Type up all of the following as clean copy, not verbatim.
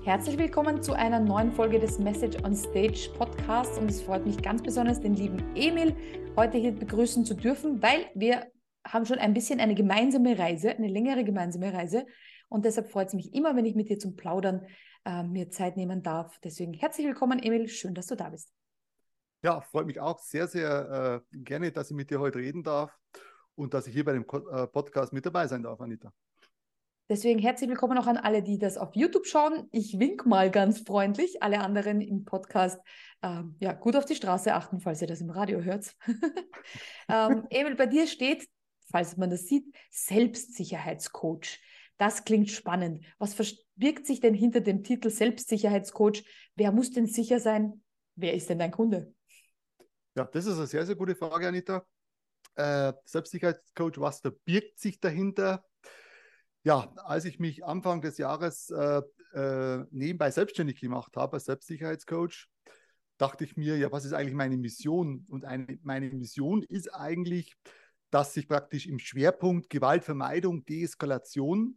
Herzlich willkommen zu einer neuen Folge des Message on Stage Podcasts und es freut mich ganz besonders, den lieben Emil heute hier begrüßen zu dürfen, weil wir haben schon ein bisschen eine gemeinsame Reise, eine längere gemeinsame Reise und deshalb freut es mich immer, wenn ich mit dir zum Plaudern mir Zeit nehmen darf. Deswegen herzlich willkommen, Emil, schön, dass du da bist. Ja, freut mich auch sehr, sehr gerne, dass ich mit dir heute reden darf und dass ich hier bei dem Podcast mit dabei sein darf, Anita. Deswegen herzlich willkommen auch an alle, die das auf YouTube schauen. Ich wink mal ganz freundlich. Alle anderen im Podcast, gut auf die Straße achten, falls ihr das im Radio hört. Emil, bei dir steht, falls man das sieht, Selbstsicherheitscoach. Das klingt spannend. Was verbirgt sich denn hinter dem Titel Selbstsicherheitscoach? Wer muss denn sicher sein? Wer ist denn dein Kunde? Ja, das ist eine sehr, sehr gute Frage, Anita. Selbstsicherheitscoach, was verbirgt sich dahinter? Ja, als ich mich Anfang des Jahres nebenbei selbstständig gemacht habe als Selbstsicherheitscoach, dachte ich mir, ja, was ist eigentlich meine Mission? Und meine Mission ist eigentlich, dass sich praktisch im Schwerpunkt Gewaltvermeidung, Deeskalation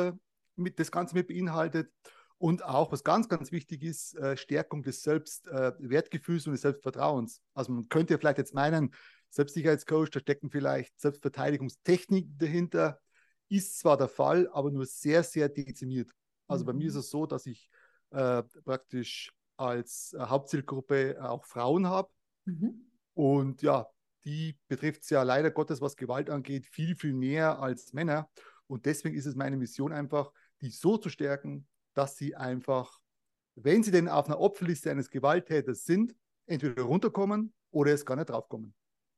das Ganze mit beinhaltet und auch, was ganz, ganz wichtig ist, Stärkung des Selbstwertgefühls und des Selbstvertrauens. Also man könnte ja vielleicht jetzt meinen, Selbstsicherheitscoach, da stecken vielleicht Selbstverteidigungstechniken dahinter. Ist zwar der Fall, aber nur sehr, sehr dezimiert. Also bei mir ist Mhm. es so, dass ich praktisch als Hauptzielgruppe auch Frauen habe. Mhm. Und ja, die betrifft es ja leider Gottes, was Gewalt angeht, viel, viel mehr als Männer. Und deswegen ist es meine Mission einfach, die so zu stärken, dass sie einfach, wenn sie denn auf einer Opferliste eines Gewalttäters sind, entweder runterkommen oder es gar nicht draufkommen.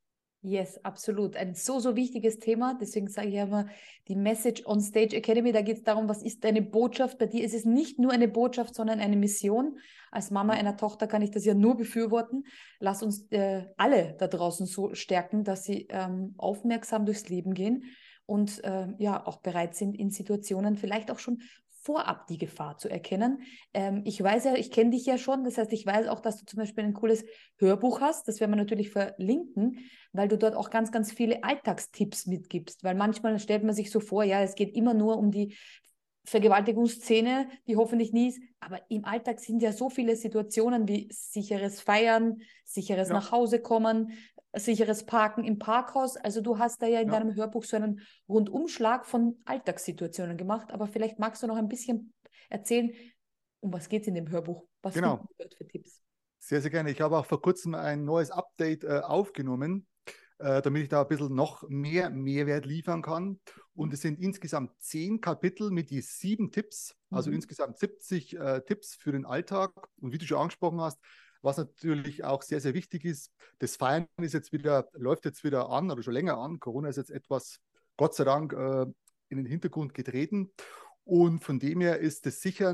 Yes, absolut. Ein so wichtiges Thema. Deswegen sage ich ja immer, die Message on Stage Academy, da geht es darum, was ist deine Botschaft? Bei dir ist es nicht nur eine Botschaft, sondern eine Mission. Als Mama einer Tochter kann ich das ja nur befürworten. Lass uns alle da draußen so stärken, dass sie aufmerksam durchs Leben gehen und auch bereit sind, in Situationen vielleicht auch schon vorab die Gefahr zu erkennen. Ich weiß ja, ich kenne dich ja schon, das heißt, ich weiß auch, dass du zum Beispiel ein cooles Hörbuch hast. Das werden wir natürlich verlinken, weil du dort auch ganz, ganz viele Alltagstipps mitgibst. Weil manchmal stellt man sich so vor, ja, es geht immer nur um die Vergewaltigungsszene, die hoffentlich nie ist. Aber im Alltag sind ja so viele Situationen wie sicheres Feiern, sicheres Ja, Nachhausekommen, sicheres Parken im Parkhaus. Also du hast da ja in ja, deinem Hörbuch so einen Rundumschlag von Alltagssituationen gemacht. Aber vielleicht magst du noch ein bisschen erzählen, um was geht es in dem Hörbuch? Was finden genau. wir dort für Tipps? Sehr, sehr gerne. Ich habe auch vor kurzem ein neues Update aufgenommen, damit ich da ein bisschen noch mehr Mehrwert liefern kann. Und es sind insgesamt 10 Kapitel mit je 7 Tipps, also Mhm. insgesamt 70 Tipps für den Alltag. Und wie du schon angesprochen hast, was natürlich auch sehr, sehr wichtig ist, das Feiern ist jetzt wieder, läuft jetzt wieder an oder schon länger an. Corona ist jetzt etwas, Gott sei Dank, in den Hintergrund getreten. Und von dem her ist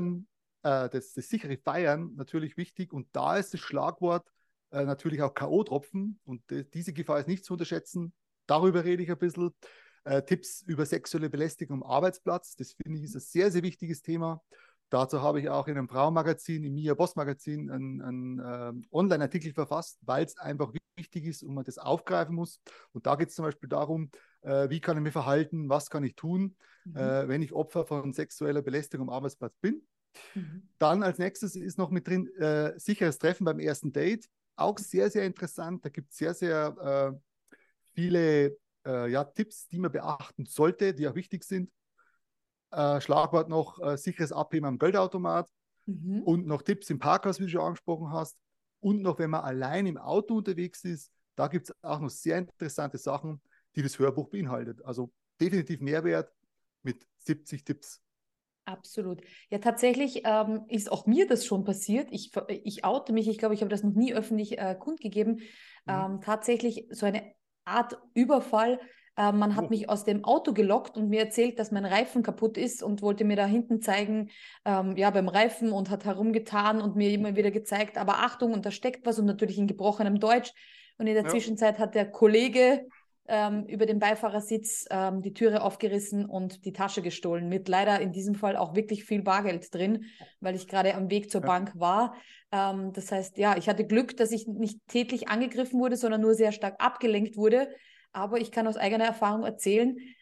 das sichere Feiern natürlich wichtig. Und da ist das Schlagwort natürlich auch K.O.-Tropfen. Und diese Gefahr ist nicht zu unterschätzen. Darüber rede ich ein bisschen. Tipps über sexuelle Belästigung am Arbeitsplatz. Das finde ich ist ein sehr, sehr wichtiges Thema. Dazu habe ich auch in einem Frauenmagazin, im Mia Boss Magazin, einen Online-Artikel verfasst, weil es einfach wichtig ist und man das aufgreifen muss. Und da geht es zum Beispiel darum, wie kann ich mich verhalten, was kann ich tun, Mhm. wenn ich Opfer von sexueller Belästigung am Arbeitsplatz bin. Mhm. Dann als nächstes ist noch mit drin sicheres Treffen beim ersten Date. Auch sehr, sehr interessant. Da gibt es sehr, sehr viele Tipps, die man beachten sollte, die auch wichtig sind. Schlagwort noch sicheres Abheben am Geldautomat Mhm. und noch Tipps im Parkhaus, wie du schon angesprochen hast. Und noch, wenn man allein im Auto unterwegs ist, da gibt es auch noch sehr interessante Sachen, die das Hörbuch beinhaltet. Also definitiv Mehrwert mit 70 Tipps. Absolut. Ja, tatsächlich ist auch mir das schon passiert. Ich oute mich, ich glaube, ich habe das noch nie öffentlich kundgegeben. Mhm. Tatsächlich so eine Art Überfall. Man hat Oh, mich aus dem Auto gelockt und mir erzählt, dass mein Reifen kaputt ist und wollte mir da hinten zeigen, ja, beim Reifen und hat herumgetan und mir immer wieder gezeigt, aber Achtung, und da steckt was und natürlich in gebrochenem Deutsch. Und in der ja, Zwischenzeit hat der Kollege über den Beifahrersitz die Türe aufgerissen und die Tasche gestohlen, mit leider in diesem Fall auch wirklich viel Bargeld drin, weil ich gerade am Weg zur ja, Bank war. Das heißt, ja, ich hatte Glück, dass ich nicht tätlich angegriffen wurde, sondern nur sehr stark abgelenkt wurde. Aber ich kann aus eigener Erfahrung erzählen,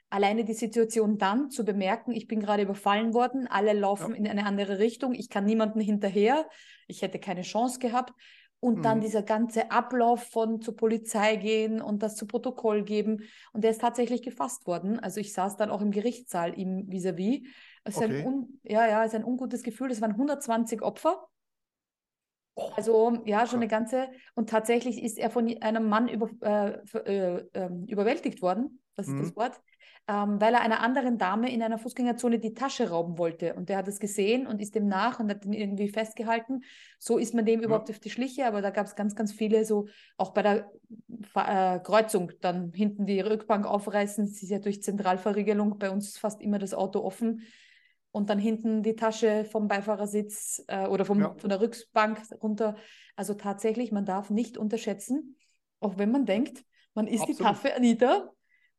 Alleine die Situation dann zu bemerken, ich bin gerade überfallen worden, alle laufen in eine andere Richtung, ich kann niemanden hinterher, ich hätte keine Chance gehabt. Und dann dieser ganze Ablauf von zur Polizei gehen und das zu Protokoll geben. Und der ist tatsächlich gefasst worden. Also ich saß dann auch im Gerichtssaal ihm vis-à-vis. Es ist ist ein ungutes Gefühl. Es waren 120 Opfer. Also ja, schon eine ganze. Und tatsächlich ist er von einem Mann überwältigt worden. Das ist das Wort. Weil er einer anderen Dame in einer Fußgängerzone die Tasche rauben wollte. Und der hat es gesehen und ist dem nach und hat ihn irgendwie festgehalten. So ist man dem überhaupt auf die Schliche. Aber da gab es ganz, ganz viele so, auch bei der Kreuzung, dann hinten die Rückbank aufreißen. Es ist ja durch Zentralverriegelung bei uns fast immer das Auto offen. Und dann hinten die Tasche vom Beifahrersitz oder von der Rückbank runter. Also tatsächlich, man darf nicht unterschätzen, auch wenn man denkt, man ist die taffe Anita.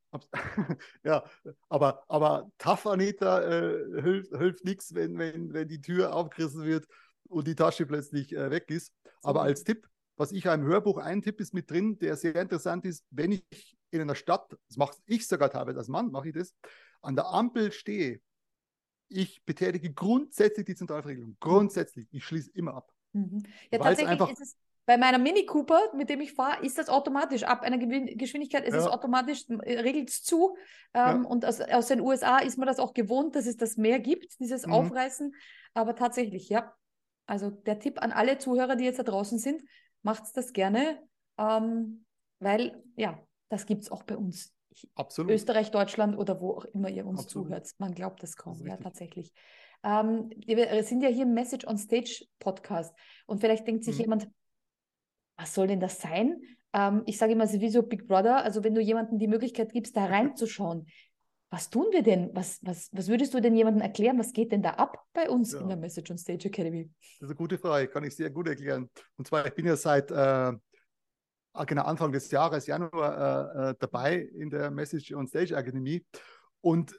Ja, aber tough Anita hilft nichts, wenn die Tür aufgerissen wird und die Tasche plötzlich weg ist. Aber als Tipp, was ich im Hörbuch, ein Tipp ist mit drin, der sehr interessant ist, wenn ich in einer Stadt, das mache ich sogar teilweise als Mann, mache ich das, an der Ampel stehe, ich betätige grundsätzlich die Zentralverriegelung. Grundsätzlich. Ich schließe immer ab. Ja, tatsächlich ist es bei meiner Mini Cooper, mit dem ich fahre, ist das automatisch. Ab einer Geschwindigkeit ist es automatisch, regelt es zu. Und aus den USA ist man das auch gewohnt, dass es das mehr gibt, dieses Aufreißen. Aber tatsächlich, ja. Also der Tipp an alle Zuhörer, die jetzt da draußen sind, macht das gerne, weil, ja, das gibt es auch bei uns. Absolut. Österreich, Deutschland oder wo auch immer ihr uns zuhört. Man glaubt das kaum, ja, tatsächlich. Wir sind ja hier im Message on Stage Podcast und vielleicht denkt sich jemand, was soll denn das sein? Ich sage immer, es ist wie so Big Brother, also wenn du jemandem die Möglichkeit gibst, da reinzuschauen, was tun wir denn? Was würdest du denn jemandem erklären? Was geht denn da ab bei uns in der Message on Stage Academy? Das ist eine gute Frage, kann ich sehr gut erklären. Und zwar, ich bin ja seit Anfang des Jahres, Januar, dabei in der Message on Stage Akademie. Und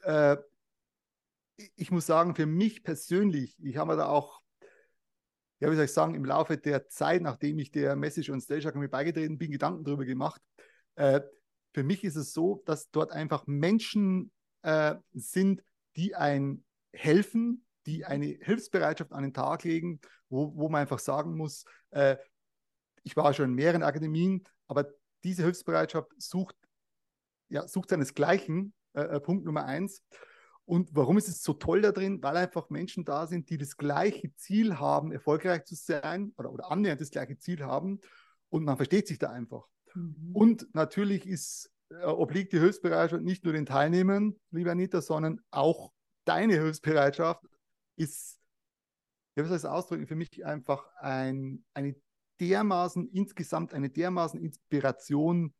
ich muss sagen, für mich persönlich, ich habe mir da auch, ja, wie soll ich sagen, im Laufe der Zeit, nachdem ich der Message on Stage Akademie beigetreten bin, Gedanken darüber gemacht. Für mich ist es so, dass dort einfach Menschen sind, die einem helfen, die eine Hilfsbereitschaft an den Tag legen, wo man einfach sagen muss, ich war schon in mehreren Akademien, aber diese Hilfsbereitschaft sucht seinesgleichen, Punkt Nummer 1. Und warum ist es so toll da drin? Weil einfach Menschen da sind, die das gleiche Ziel haben, erfolgreich zu sein oder annähernd das gleiche Ziel haben und man versteht sich da einfach. Und natürlich obliegt die Hilfsbereitschaft nicht nur den Teilnehmern, liebe Anita, sondern auch deine Hilfsbereitschaft ist, wie soll ich es ausdrücken, für mich einfach eine dermaßen Inspiration,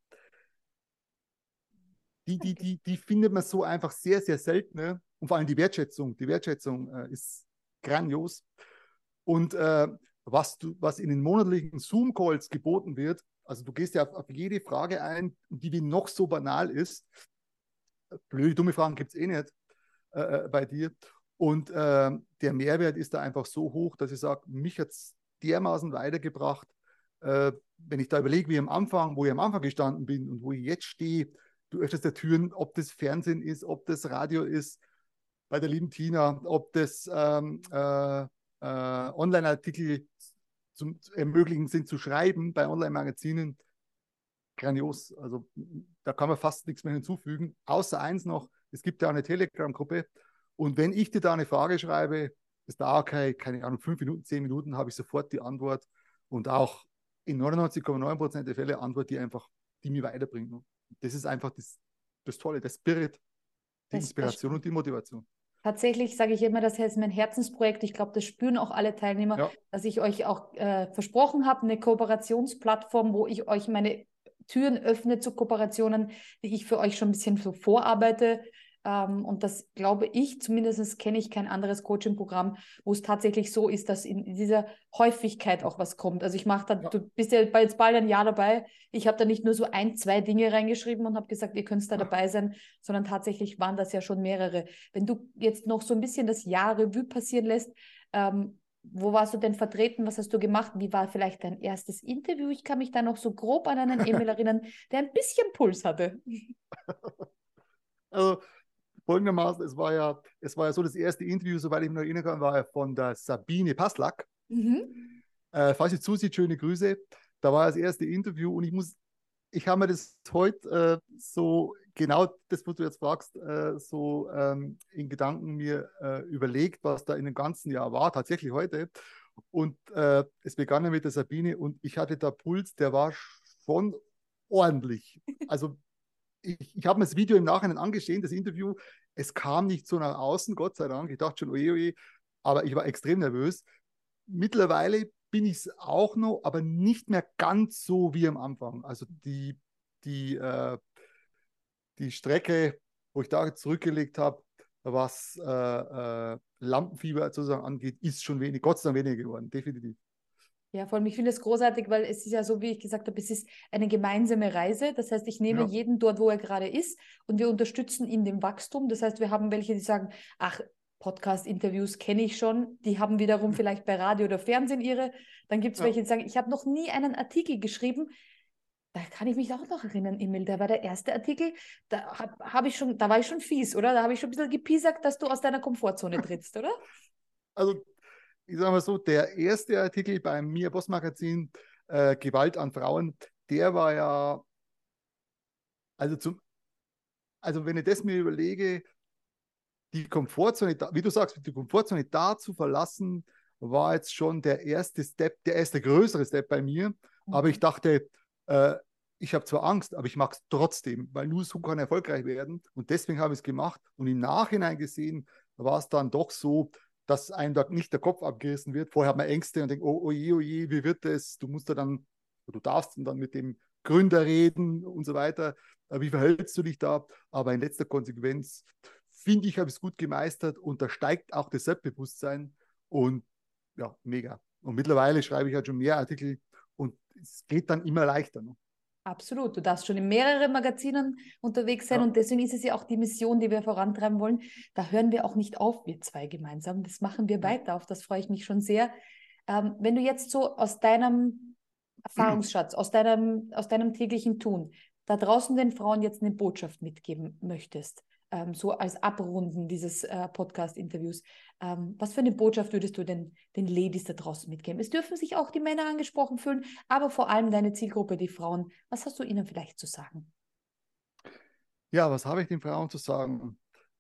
die findet man so einfach sehr, sehr selten. Ne? Und vor allem die Wertschätzung ist grandios. Und was in den monatlichen Zoom-Calls geboten wird, also du gehst ja auf jede Frage ein, die noch so banal ist. Blöde, dumme Fragen gibt es eh nicht bei dir. Und der Mehrwert ist da einfach so hoch, dass ich sage, mich hat es dermaßen weitergebracht, wenn ich da überlege, wo ich am Anfang gestanden bin und wo ich jetzt stehe. Du öffnest die Türen, ob das Fernsehen ist, ob das Radio ist, bei der lieben Tina, ob das Online-Artikel zu ermöglichen sind zu schreiben bei Online-Magazinen. Grandios. Also da kann man fast nichts mehr hinzufügen. Außer eins noch, es gibt ja eine Telegram-Gruppe und wenn ich dir da eine Frage schreibe, ist da okay, keine Ahnung, 5 Minuten, 10 Minuten, habe ich sofort die Antwort und auch in 99,9% der Fälle Antwort, die mich weiterbringt. Das ist einfach das Tolle, der Spirit, die Inspiration und die Motivation. Tatsächlich sage ich immer, das ist mein Herzensprojekt. Ich glaube, das spüren auch alle Teilnehmer, dass ich euch auch versprochen habe, eine Kooperationsplattform, wo ich euch meine Türen öffne zu Kooperationen, die ich für euch schon ein bisschen so vorarbeite. Und das glaube ich, zumindest kenne ich kein anderes Coaching-Programm, wo es tatsächlich so ist, dass in dieser Häufigkeit auch was kommt. Also ich mache da, du bist ja jetzt bald ein Jahr dabei. Ich habe da nicht nur so 1, 2 Dinge reingeschrieben und habe gesagt, ihr könnt da dabei sein, sondern tatsächlich waren das ja schon mehrere. Wenn du jetzt noch so ein bisschen das Jahr Revue passieren lässt, wo warst du denn vertreten? Was hast du gemacht? Wie war vielleicht dein erstes Interview? Ich kann mich da noch so grob an einen Emil erinnern, der ein bisschen Puls hatte. Also folgendermaßen, es war ja so, das erste Interview, soweit ich mich noch erinnern kann, war ja von der Sabine Passlack. Mhm. Falls sie zusieht, schöne Grüße. Da war das erste Interview und ich habe mir das heute so genau das, was du jetzt fragst, so in Gedanken mir überlegt, was da in dem ganzen Jahr war, tatsächlich heute. Und es begann ja mit der Sabine und ich hatte da Puls, der war schon ordentlich. Also ich habe mir das Video im Nachhinein angesehen, das Interview. Es kam nicht so nach außen, Gott sei Dank. Ich dachte schon, oje, oje, aber ich war extrem nervös. Mittlerweile bin ich es auch noch, aber nicht mehr ganz so wie am Anfang. Also die, äh, die Strecke, wo ich da zurückgelegt habe, was Lampenfieber sozusagen angeht, ist schon wenig, Gott sei Dank weniger geworden, definitiv. Ja, vor allem, ich finde es großartig, weil es ist ja so, wie ich gesagt habe, es ist eine gemeinsame Reise. Das heißt, ich nehme Ja. jeden dort, wo er gerade ist und wir unterstützen ihn im Wachstum. Das heißt, wir haben welche, die sagen, ach, Podcast-Interviews kenne ich schon, die haben wiederum vielleicht bei Radio oder Fernsehen ihre. Dann gibt es Ja. welche, die sagen, ich habe noch nie einen Artikel geschrieben. Da kann ich mich auch noch erinnern, Emil, da war der erste Artikel, da war ich schon fies, oder? Da habe ich schon ein bisschen gepiesackt, dass du aus deiner Komfortzone trittst, oder? Also ich sage mal so, der erste Artikel beim Mia Boss Magazin, Gewalt an Frauen, der war ja, also wenn ich das mir überlege, die Komfortzone, wie du sagst, die Komfortzone da zu verlassen, war jetzt schon der erste Step, der erste größere Step bei mir. Aber ich dachte, ich habe zwar Angst, aber ich mache es trotzdem, weil nur so kann erfolgreich werden. Und deswegen habe ich es gemacht. Und im Nachhinein gesehen war es dann doch so, dass einem da nicht der Kopf abgerissen wird. Vorher hat man Ängste und denkt, oh je, wie wird das? Du musst da dann, du darfst dann mit dem Gründer reden und so weiter. Wie verhältst du dich da? Aber in letzter Konsequenz finde ich, habe ich es gut gemeistert und da steigt auch das Selbstbewusstsein und ja, mega. Und mittlerweile schreibe ich halt schon mehr Artikel und es geht dann immer leichter. Ne? Absolut. Du darfst schon in mehreren Magazinen unterwegs sein Ja. und deswegen ist es ja auch die Mission, die wir vorantreiben wollen. Da hören wir auch nicht auf, wir zwei gemeinsam. Das machen wir weiter. Auf das freue ich mich schon sehr. Wenn du jetzt so aus deinem Erfahrungsschatz, aus deinem täglichen Tun, da draußen den Frauen jetzt eine Botschaft mitgeben möchtest, so als Abrunden dieses Podcast-Interviews, was für eine Botschaft würdest du den Ladies da draußen mitgeben? Es dürfen sich auch die Männer angesprochen fühlen, aber vor allem deine Zielgruppe, die Frauen. Was hast du ihnen vielleicht zu sagen? Ja, was habe ich den Frauen zu sagen?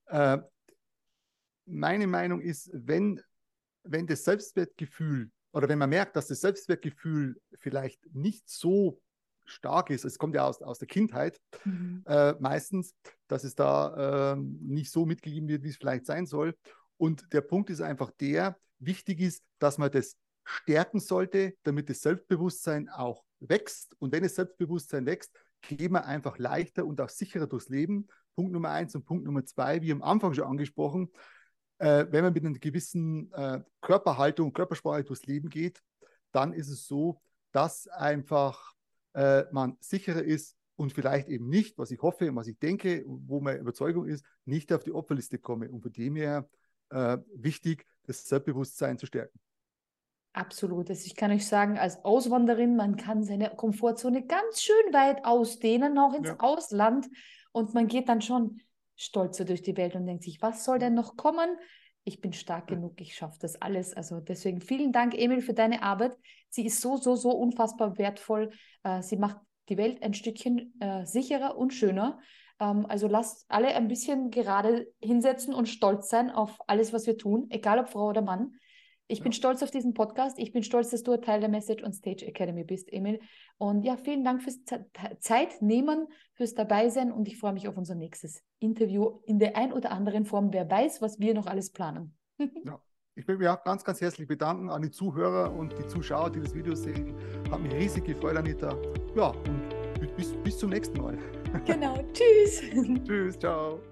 Meine Meinung ist, wenn das Selbstwertgefühl oder wenn man merkt, dass das Selbstwertgefühl vielleicht nicht so stark ist, es kommt ja aus der Kindheit meistens, dass es da nicht so mitgegeben wird, wie es vielleicht sein soll. Und der Punkt ist einfach der, wichtig ist, dass man das stärken sollte, damit das Selbstbewusstsein auch wächst. Und wenn das Selbstbewusstsein wächst, geht man einfach leichter und auch sicherer durchs Leben. Punkt Nummer 1 und Punkt Nummer 2, wie am Anfang schon angesprochen, wenn man mit einer gewissen Körperhaltung, Körpersprache durchs Leben geht, dann ist es so, dass einfach man sicherer ist und vielleicht eben nicht, was ich hoffe und was ich denke, wo meine Überzeugung ist, nicht auf die Opferliste komme. Und von dem her wichtig, das Selbstbewusstsein zu stärken. Absolut. Also ich kann euch sagen, als Auswanderin, man kann seine Komfortzone ganz schön weit ausdehnen, auch ins Ausland. Und man geht dann schon stolzer durch die Welt und denkt sich, was soll denn noch kommen? Ich bin stark genug, ich schaffe das alles. Also deswegen vielen Dank, Emil, für deine Arbeit. Sie ist so unfassbar wertvoll. Sie macht die Welt ein Stückchen sicherer und schöner. Also lasst alle ein bisschen gerade hinsetzen und stolz sein auf alles, was wir tun, egal ob Frau oder Mann. Ich bin stolz auf diesen Podcast. Ich bin stolz, dass du ein Teil der Message on Stage Academy bist, Emil. Und ja, vielen Dank fürs Zeitnehmen, fürs Dabeisein und ich freue mich auf unser nächstes Interview in der ein oder anderen Form. Wer weiß, was wir noch alles planen. Ja. Ich will mich auch ganz, ganz herzlich bedanken an die Zuhörer und die Zuschauer, die das Video sehen. Hat mich riesig gefreut, Anita. Ja, und bis zum nächsten Mal. Genau. Tschüss. Tschüss, ciao.